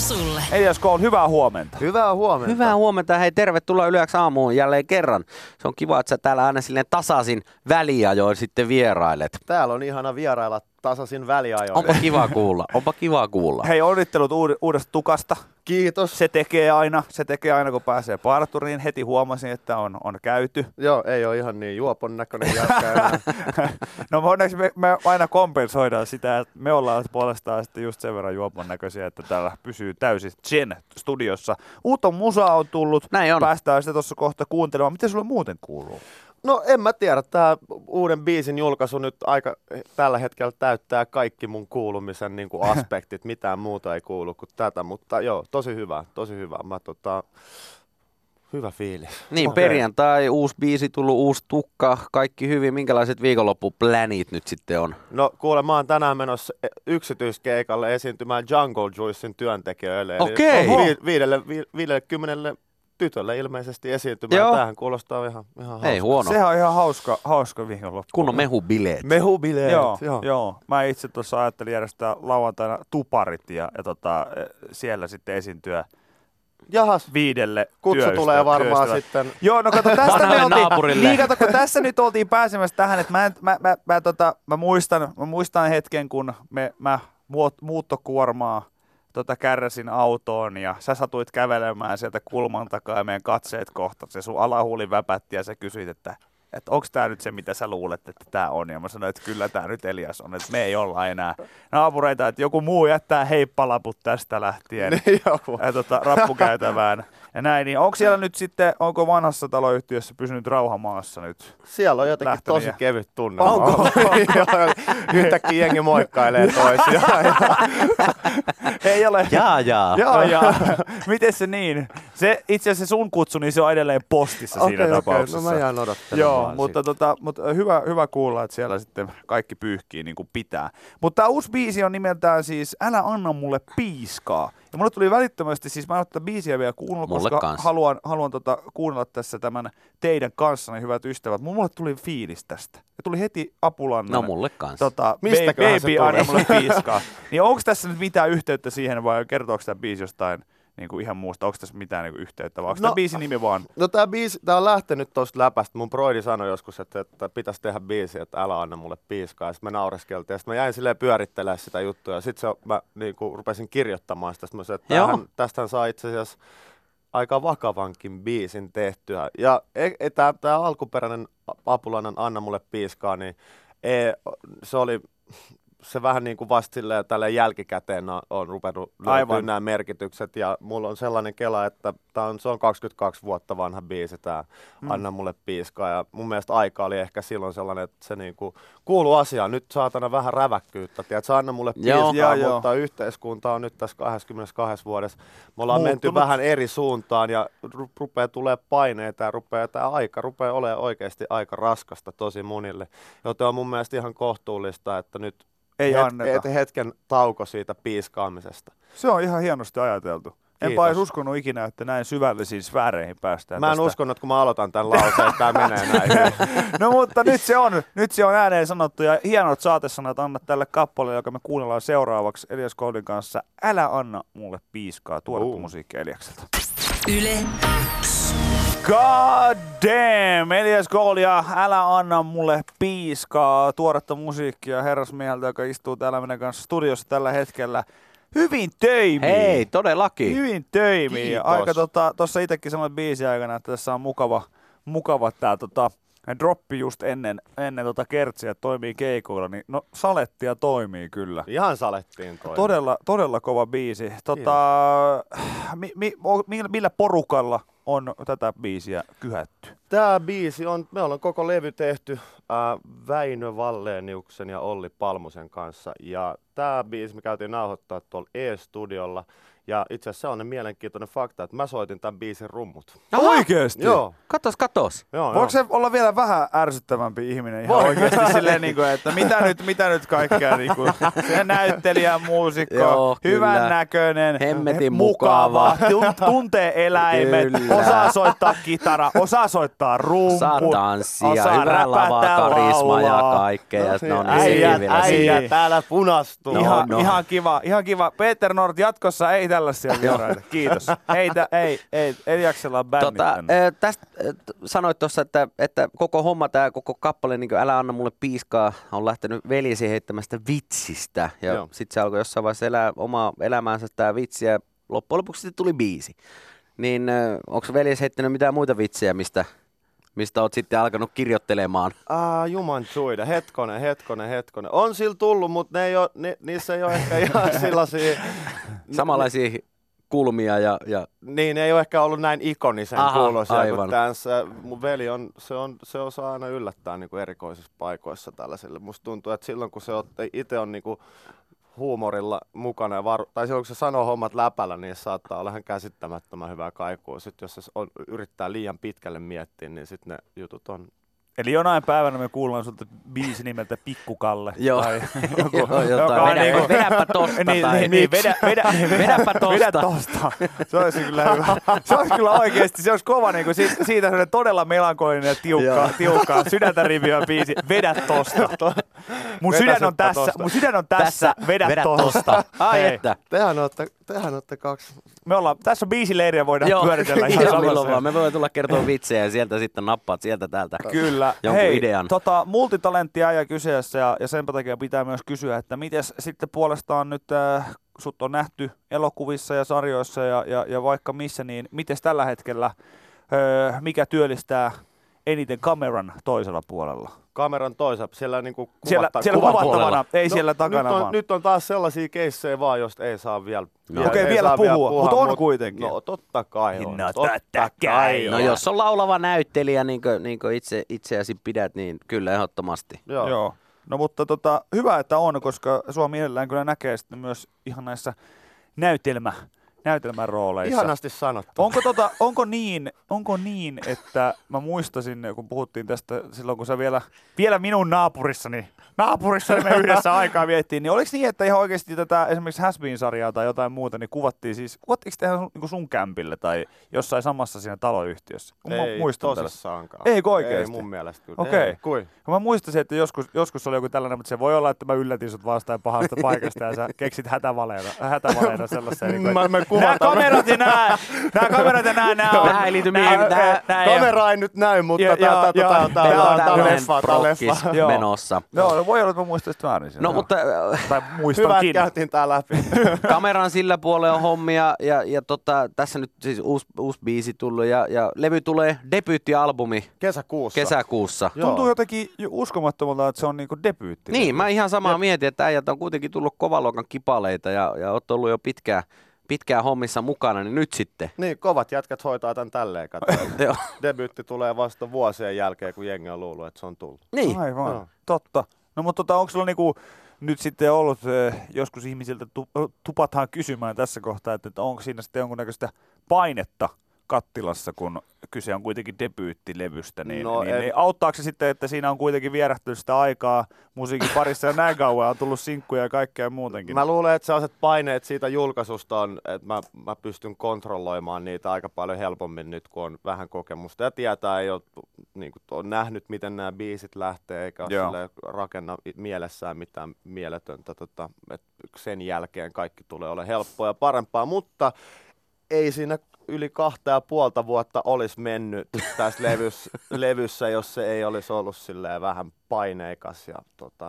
sulle. Elias Kohl, hyvää huomenta. Hyvää huomenta. Hyvää huomenta. Hei, tervetuloa Yleäks aamuun jälleen kerran. Se on kiva, että sä täällä aina silleen tasaisin väliajoin sitten vierailet. Täällä on ihana vierailla tasaisin väliajoin. Onpa kiva kuulla. Onpa kiva kuulla. Hei, onnittelut uudesta tukasta. Kiitos. Se tekee aina kun pääsee parturiin. Heti huomasin, että on käyty. Joo, ei ole ihan niin juopon näköinen jätkä. No onneksi me aina kompensoidaan sitä, että me ollaan puolestaan sitten just sen verran juopon näköisiä, että täällä pysyy täysin Jen studiossa. Uutta musaa on tullut. Näin on. Päästään sitä tuossa kohta kuuntelemaan. Miten sulle muuten kuuluu? No en mä tiedä, tää uuden biisin julkaisu nyt aika tällä hetkellä täyttää kaikki mun kuulumisen niin kuin aspektit, mitään muuta ei kuulu kuin tätä, mutta joo, tosi hyvä. Mä hyvä fiilis. Niin, Okei. perjantai, uusi biisi tullut, uusi tukka, kaikki hyvin. Minkälaiset viikonloppuplänit nyt sitten on? No kuule, mä oon tänään menossa yksityiskeikalle esiintymään Jungle Juicen työntekijöille. Okei. Eli 50 tytölle ilmeisesti esiintymään. Joo. Tämähän kuulostaa ihan hauska. Ei huono. Sehän on ihan hauska viikonloppu. Kunnon mehubileet. Mehubileet. Joo. Mä itse tuossa ajattelin järjestää lauantaina tuparit ja siellä sitten esiintyä Jahas, 5 kutsu tulee varmaan sitten. Joo, no kato, tästä me Vanhalle oltiin, naapurille. niin kato, kun tässä nyt oltiin pääsemässä tähän, että mä muistan hetken, kun mä muuttokuormaa kärräsin autoon ja sä satuit kävelemään sieltä kulman takaa ja meidän katseet kohtas ja sun alahuuli väpätti ja sä kysyit, että onko tämä nyt se, mitä sä luulet, että tämä on? Ja mä sanoin, että kyllä tämä nyt Elias on, että me ei olla enää naapureita, että joku muu jättää heippalaput tästä lähtien rappukäytävään ja näin. Niin onko siellä nyt sitten, onko vanhassa taloyhtiössä pysynyt rauha maassa nyt? Siellä on jotenkin lähtenyt tosi kevyt tunne. Onko? Yhtäkkiä jengi moikkailee toisiaan. Ei ole. Jaa. Jaa. Miten se niin? Se, itse asiassa sun kutsu, niin se on edelleen postissa siinä tapauksessa. No mä jään odottelemaan. Joo, mutta hyvä kuulla, että siellä sitten kaikki pyyhkii niin kuin pitää. Mutta tämä uusi biisi on nimeltään siis Älä anna mulle piiskaa. Ja mulle tuli välittömästi, siis mä en ole tätä biisiä vielä kuunnellut, koska haluan kuunnella tässä tämän teidän kanssanne, hyvät ystävät. Mulle tuli fiilis tästä. Ja tuli heti Apulannan. No mulle kanssa. Mistäköhän se Baby tuli? anna mulle piiskaa. Niin onko tässä nyt mitään yhteyttä siihen vai kertooko tämä biisi jostain niin kuin ihan muusta? Onko tässä mitään niin kuin yhteyttä vai onko tämä biisin nimi vaan? No tää on lähtenyt tosta läpästä. Mun broidi sanoi joskus, että pitäisi tehdä biisi, että älä anna mulle piiskaa. Ja sitten me naureskeltiin. Ja sitten mä jäin silleen pyörittelemään sitä juttua. Ja sitten mä niin kuin rupesin kirjoittamaan sitä. Sitten mä sanoin, että tästähän saa itse asiassa aika vakavankin biisin tehtyä. Ja tämä alkuperäinen Apulannan Anna mulle piiskaa, niin se oli se vähän niin kuin vasta silleen, tälleen jälkikäteen on rupenut löytyä nämä merkitykset. Ja mulla on sellainen kela, että se on 22 vuotta vanha biisi tämä Anna mulle piiskaa. Ja mun mielestä aika oli ehkä silloin sellainen, että se niin kuin kuuluu asiaan. Nyt saatana vähän räväkkyyttä. Tiedätkö, Anna mulle piiskaa, mutta yhteiskunta on nyt tässä 22 vuodessa. Me ollaan menty vähän eri suuntaan ja rupeaa tulee paineita ja tämä aika rupeaa olemaan oikeasti aika raskasta tosi monille. Joten on mun mielestä ihan kohtuullista, että nyt hetken tauko siitä piiskaamisesta. Se on ihan hienosti ajateltu. Enpä edes uskonut ikinä, että näin syvällisiin sfääreihin päästään. Mä en uskonut, kun mä aloitan tämän lauseen, että tämä menee näin. No mutta nyt se on ääneen sanottu ja hienot saatesanat anna tälle kappaleelle, joka me kuunnellaan seuraavaksi Elias Kohlin kanssa. Älä anna mulle piiskaa. Tuorettu musiikki Eliakselta. Yle X. God damn! Elias Kohl ja Älä anna mulle piiskaa. Tuoretta musiikkia herrasmieheltä, joka istuu täällä meidän kanssa studiossa tällä hetkellä. Hyvin töimii. Hei, todellakin. Hyvin töimii. Kiitos. Aika tuossa itsekin sanoin biisin aikana, että tässä on mukava tää droppi just ennen kertsiä, että toimii keikoilla, niin no salettia toimii kyllä. Ihan salettiin toimii. Todella kova biisi. Millä porukalla on tätä biisiä kyhätty? Tämä biisi me ollaan koko levy tehty Väinö Walleniuksen ja Olli Palmusen kanssa. Ja tämä biisi me käytiin nauhoittaa tuolla E-studiolla. Ja itse asiassa se on mielenkiintoinen fakta, että mä soitin tämän biisin rummut. Oikeesti? Joo. Katos. Voiko se olla vielä vähän ärsyttävämpi ihminen ihan oikeasti silleen, niin kuin, että mitä nyt kaikkea, niin kuin, se näyttelijä, muusikko, Joo, hyvän näköinen, hemmetin mukava, tuntee eläimet, osaa soittaa kitara, osaa soittaa rumput, Osaa tanssia, osaa hyvää lavaa, karismaa ja kaikkea. Äijä täällä punastuu. Ihan kiva. Peter Nord jatkossa ei täällä tällaisia vieraita. Kiitos. Ei jaksella bändit tänne. Tästä sanoit tuossa, että koko homma, tämä koko kappale, niin Älä anna mulle piiskaa, on lähtenyt veljesi heittämästä vitsistä. Ja sitten se alkoi jossain vaiheessa elää omaa elämäänsä tämä vitsi ja loppujen lopuksi sitten tuli biisi. Niin onko veljesi heittänyt mitään muita vitsejä, mistä oot sitten alkanut kirjoittelemaan? Juman tsuida. Hetkonen. On sillä tullut, mutta niissä ei ole ehkä ihan sellaisia... Samanlaisia kulmia ja... Niin, ei ole ehkä ollut näin ikonisen kuuloisia kuin tässä. Mun veli se osaa aina yllättää niin kuin erikoisissa paikoissa tällaisille. Musta tuntuu, että silloin kun se itse on niin kuin huumorilla mukana, tai silloin kun se sanoo hommat läpällä, niin saattaa olla ihan käsittämättömän hyvää kaikua. Sitten jos se yrittää liian pitkälle miettiä, niin sitten ne jutut on... Eli jonain päivänä me kuullaan sulta biisi nimeltä Pikkukalle. Joo. Tai joku, vedäpä tosta. Vedäpä tosta. Vedä tosta. Se olisi kyllä hyvä. Se olisi kyllä oikeasti, se olisi kova niin kuin siitä sellainen todella melankolinen ja tiukka sydäntä riviä biisi. Vedä tosta. Mun sydän on tässä. Vedä tosta. Ai että. Tehän ootte kaksi. Tässä on biisileiriä, voidaan pyöritellä ihan samassa. Me voidaan tulla kertoa vitsejä ja sieltä sitten nappaat sieltä täältä. Kyllä. Jonkun idean. Multitalentti kyseessä ja sen takia pitää myös kysyä, että miten sitten puolestaan nyt sut on nähty elokuvissa ja sarjoissa ja vaikka missä, niin miten tällä hetkellä, mikä työllistää eniten kameran toisella puolella? Kameran toisella, siellä niinku siellä kuvattavana, ei siellä takana vaan. Nyt on taas sellaisia keissejä vaan, josta ei saa vielä vielä puhua, mutta on kuitenkin. No totta kai on. No jos on laulava näyttelijä, niin kuin itseäsi pidät, niin kyllä ehdottomasti. Joo. No mutta hyvä, että on, koska sua mielellään kyllä näkee sitten myös ihan näissä näytelmän rooleissa. Ihanasti sanottu. Onko niin, että mä muistasin, kun puhuttiin tästä silloin, kun sä vielä minun naapurissani me yhdessä aikaa viettiin, niin oliko niin, että ihan oikeasti tätä esimerkiksi Has Been-sarjaa tai jotain muuta, niin kuvattiinko tehdä niin sun kämpille tai jossain samassa siinä taloyhtiössä? Ei tosissaankaan. Eikö oikeasti? Ei mun mielestä kyllä. Okei. Kui? Mä muistasin, että joskus oli joku tällainen, mutta se voi olla, että mä yllätin sut vastaan pahasta paikasta ja sä keksit hätävaleita sellaisia. Nämä kamerat ja nämä on. Tähän ei liity mihin. Kamera ei nyt näy, mutta tää on leffa menossa. Joo, voi olla, että mä muistaisin väärin. No, mutta tai muistankin. Hyvä, että käytiin tää läpi. Kameran sillä puolella on hommia ja tässä nyt siis uusi biisi tullut ja levy tulee, debyyttialbumi. Kesäkuussa. Tuntuu jotenkin uskomattomalta, että se on niinku debyytti. Niin, mä ihan samaa mietin, että äijät on kuitenkin tullut kovaluokan kipaleita ja oot ollut jo pitkään hommissa mukana, niin nyt sitten. Niin, kovat jätkät hoitaa tän tälleen katsoen. Debyytti tulee vasta vuosien jälkeen, kun jengi on luullut, että se on tullut. Niin. Aivan, totta. No mutta onko sulla niinku nyt sitten ollut joskus ihmisiltä tupataan kysymään tässä kohtaa, että onko siinä sitten jonkunnäköistä painetta kattilassa, kun kyse on kuitenkin debyyttilevystä, niin auttaako se sitten, että siinä on kuitenkin vierähtynyt sitä aikaa musiikin parissa ja näin kauan on tullut sinkkuja ja kaikkea muutenkin? Mä luulen, että sellaiset paineet siitä julkaisusta on, että mä pystyn kontrolloimaan niitä aika paljon helpommin nyt, kun on vähän kokemusta ja tietää, ei ole niin kuin, on nähnyt, miten nämä biisit lähtee, eikä ole rakenna mielessään mitään mieletöntä, että sen jälkeen kaikki tulee olemaan helppoa ja parempaa, mutta ei siinä yli 2,5 vuotta olisi mennyt tässä levyssä, jos se ei olisi ollut silleen vähän paineikas ja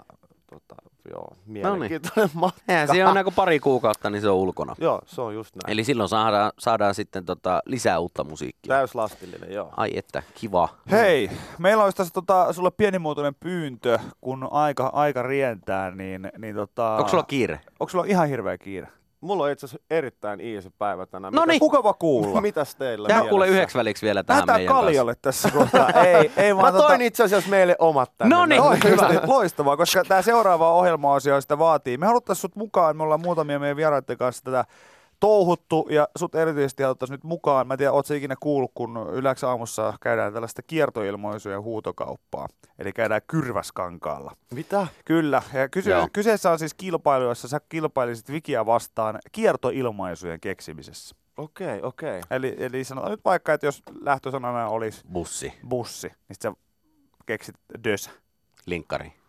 mielenkiintoinen matka. Eihän siinä on pari kuukautta, niin se on ulkona. Joo, se on just näin. Eli silloin saadaan sitten lisää uutta musiikkia. Täyslastillinen, joo. Ai että, kiva. Hei, meillä olisi tässä sulle pienimuotoinen pyyntö, kun aika rientää, niin onko sulla kiire? Onko sulla ihan hirveä kiire? Mulla on itse asiassa erittäin easy päivä tänään. No niin, mukava kuulla. Mitäs teillä mielessä? Kuule yhdeksi väliksi vielä tähän meidän kanssa. Kaljalle tässä kohtaa. ei vaan mä toin itse asiassa meille omat tänne. No niin. Loistavaa, koska tämä seuraava ohjelma-osio sitä vaatii. Me haluttaisiin sut mukaan, me ollaan muutamia meidän vieraiden kanssa tätä touhuttu ja sut erityisesti haluttaisiin nyt mukaan. Mä en tiedä, ootko sä ikinä kuullut, kun Yleensä aamussa käydään tällaista kiertoilmaisujen huutokauppaa. Eli käydään Kyrväskankaalla. Mitä? Kyllä. Ja kyseessä on siis kilpailu, jossa sä kilpailisit Wikiä vastaan kiertoilmaisujen keksimisessä. Okei. Eli sanotaan nyt vaikka, että jos lähtösanana olisi bussi, niin sä keksit dösä. Linkkari.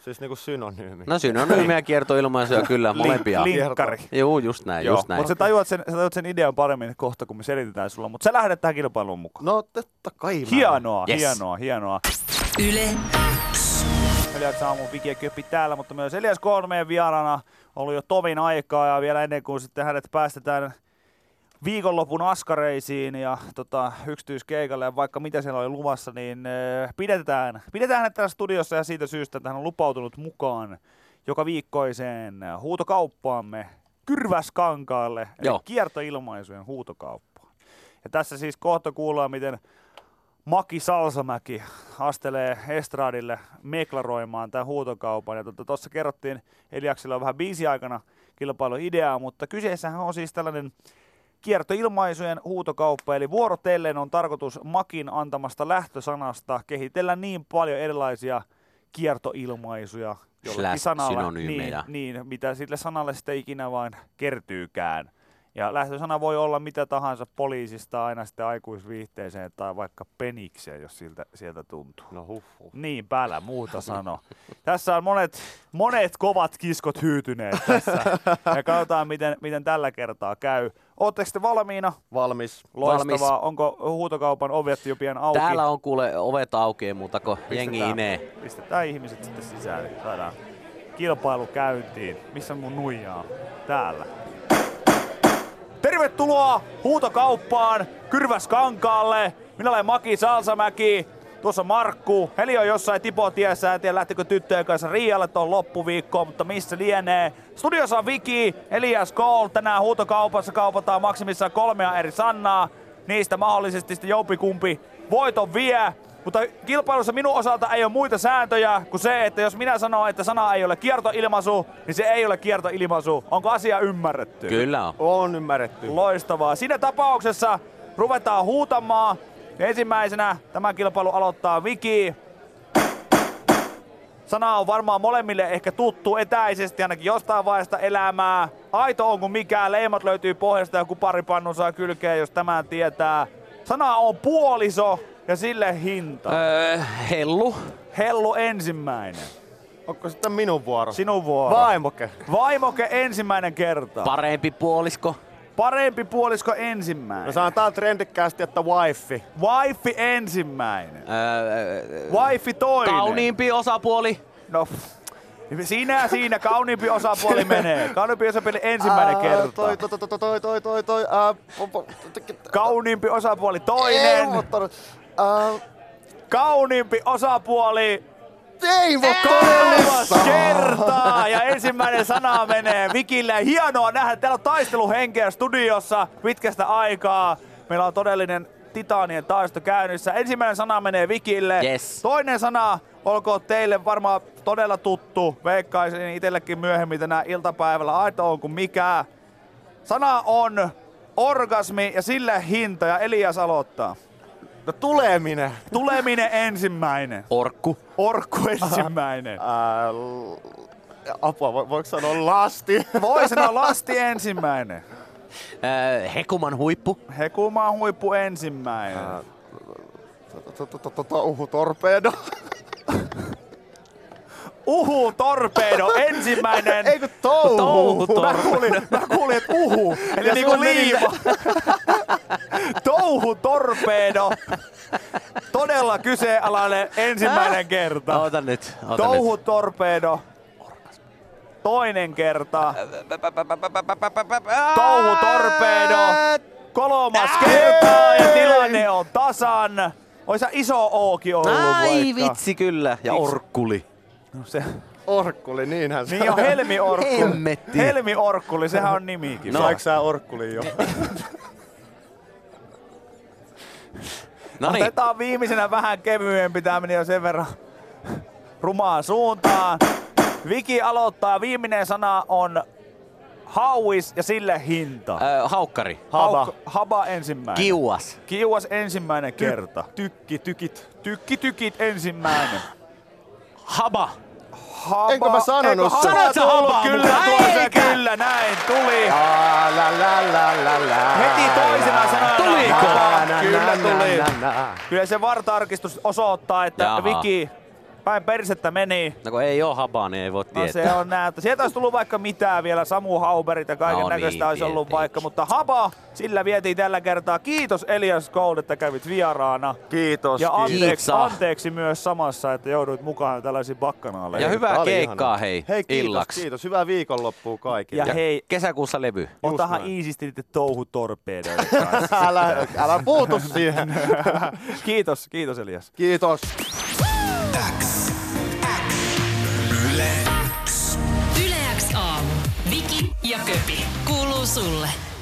Siis niinku synonyymi. No synonyymiä kiertoilmaisuja kyllä, molempia. Linkkari. Joo, just näin. Mutta sä tajuat sen idean paremmin kohta, kun me selitetään sulla. Mutta sä lähdet tähän kilpailuun mukaan. No totta kai. Hienoa, Yes. hienoa. Yle Elias aamun Viki ja Köppi täällä, mutta myös Elias K on meidän vieraana. Ollut jo tovin aikaa ja vielä ennen kuin sitten hänet päästetään viikonlopun askareisiin ja yksityiskeikalle ja vaikka mitä siellä oli luvassa, niin pidetään hänet täällä studiossa ja siitä syystä, että hän on lupautunut mukaan joka viikkoiseen huutokauppaamme Kyrväskankaalle, eli kiertoilmaisujen huutokauppaan. Ja tässä siis kohta kuullaan, miten Maki Salsamäki astelee estradille meklaroimaan tämän huutokaupan. Ja tuossa kerrottiin, Eliaksella on vähän biisiaikana kilpailuideaa, mutta kyseessähän on siis tällainen kiertoilmaisujen huutokauppa, eli vuorotellen on tarkoitus Makin antamasta lähtösanasta kehitellä niin paljon erilaisia kiertoilmaisuja, jollakin sanalla, niin, mitä sille sanalle sitten ikinä vain kertyykään. Ja lähtösana voi olla mitä tahansa, poliisista aina sitten aikuisviihteeseen tai vaikka penikseen, jos sieltä tuntuu. No Niin, päällä muuta sano. Tässä on monet kovat kiskot hyytyneet tässä. Ja katsotaan, miten tällä kertaa käy. Ootteko te valmiina? Valmis. Loistavaa. Valmis. Onko huutokaupan ovet jo pian auki? Täällä on kuule ovet aukeaa, mutta kun jengi inee. Pistetään ihmiset sitten sisään. Saadaan kilpailu käyntiin. Missä mun nuijaa on? Täällä. Tervetuloa huutokauppaan Kyrväskankaalle. Minä olen Maki Salsamäki. Tuossa Markku. Heli on jossain tipotiessä. En tiedä lähtikö tyttöjen kanssa Riialle tuon loppuviikkoon, mutta missä lienee. Studiossa on Viki, Elias Kohl. Tänään huutokaupassa kaupataan maksimissaan 3 eri sannaa. Niistä mahdollisesti sitten jompikumpi voiton vie. Mutta kilpailussa minun osalta ei ole muita sääntöjä kuin se, että jos minä sanon, että sana ei ole kiertoilmaisu, niin se ei ole kiertoilmaisu. Onko asia ymmärretty? Kyllä on. On ymmärretty. Loistavaa. Siinä tapauksessa ruvetaan huutamaan. Ensimmäisenä tämä kilpailu aloittaa Viki. Sana on varmaan molemmille ehkä tuttu etäisesti, ainakin jostain vaiheesta elämää. Aito on kuin mikään, leimat löytyy pohjasta ja kuparipannu saa kylkeä, jos tämän tietää. Sana on puoliso ja sille hinta. Hellu. Hellu ensimmäinen. Onko sitten minun vuoro? Sinun vuoro. Vaimoke. Vaimoke ensimmäinen kerta. Parempi puolisko. Parempi puolisko ensimmäinen. No sanotaan trendikkäästi, että wifi. Wifi ensimmäinen. Wifi toinen. Kauniimpi osapuoli. No, siinä kauniimpi osapuoli menee. Kauniimpi osapuoli ensimmäinen kerta. Kauniimpi osapuoli toinen. Kauniimpi osapuoli kolmas kertaa ja ensimmäinen sana menee Vikille. Hienoa nähdä, täällä on taisteluhenkeä studiossa pitkästä aikaa. Meillä on todellinen titaanien taisto käynnissä. Ensimmäinen sana menee Vikille. Yes. Toinen sana olkoon teille varmaan todella tuttu. Veikkaisin itsellekin myöhemmin tänään iltapäivällä. Aito on kuin mikä. Sana on orgasmi ja sille hinta ja Elias aloittaa. No tuleminen. Tuleminen ensimmäinen. Orkku. Orkku ensimmäinen. Apua, voiko sanoa lasti? Voi sanoa lasti ensimmäinen. Hekuman huippu. Hekumaan huippu ensimmäinen. Torpedo. Torpedo ensimmäinen. Eikö touhu? Mä kuulin, että eli Ja niinku sun liima. Torpedo. Todella kyseenalainen ensimmäinen kerta. Ota nyt. Torpedo. Toinen kerta. Torpedo. Kolmas kertaa ja tilanne on tasan. Oisa iso Ooki ollut Ai vaikka. vitsi kyllä. Ja orkkuli. No se. Orkkuli, niinhän se Niin on Helmi Orkkuli. Hemmetti. Helmi Orkkuli, sehän on nimikin. No. Saiko sä Orkkuli jo? No niin. Otetaan viimeisenä vähän kevyempi, tää meni jo sen verran rumaan suuntaan. Viki aloittaa, viimeinen sana on hauis ja sille hinta. Haukkari. Haba ensimmäinen. Kiuas. Kiuas ensimmäinen kerta. Tykit ensimmäinen. Haba. Eikö mä sanonut sen? Sanoit sä habaa Kyllä, mukaan? tuossa, Eikä. kyllä, näin tuli. La. Heti toisena sanana. Tuliko? Haba, kyllä tuli. Kyllä se VAR-tarkistus osoittaa, että Jaha. Viki päin persettä meni. No kun ei oo habaa, niin ei voi tietää. No se on näyttö. Sieltä olisi tullut vaikka mitään vielä, Samu Hauberit ja kaiken näköistä niin, olisi ollut tietenkin. vaikka, mutta haba, sillä vietiin tällä kertaa. Kiitos Elias Gold, että kävit vieraana. Kiitos. Ja kiitos. anteeksi myös samassa, että jouduit mukaan tällaisiin bakkanaaleihin. Ja hyvää Oli keikkaa ihanaa. hei, Hei, kiitos, illaksi. kiitos. Hyvää viikonloppua kaikille. Ja hei, Kesäkuussa levy. otahan näin. iisisti niiden touhutorpeedoiden kanssa. älä puutu siihen. Kiitos Elias. Kiitos. Yle X aamu. Viki ja Köpi. Kuuluu sulle.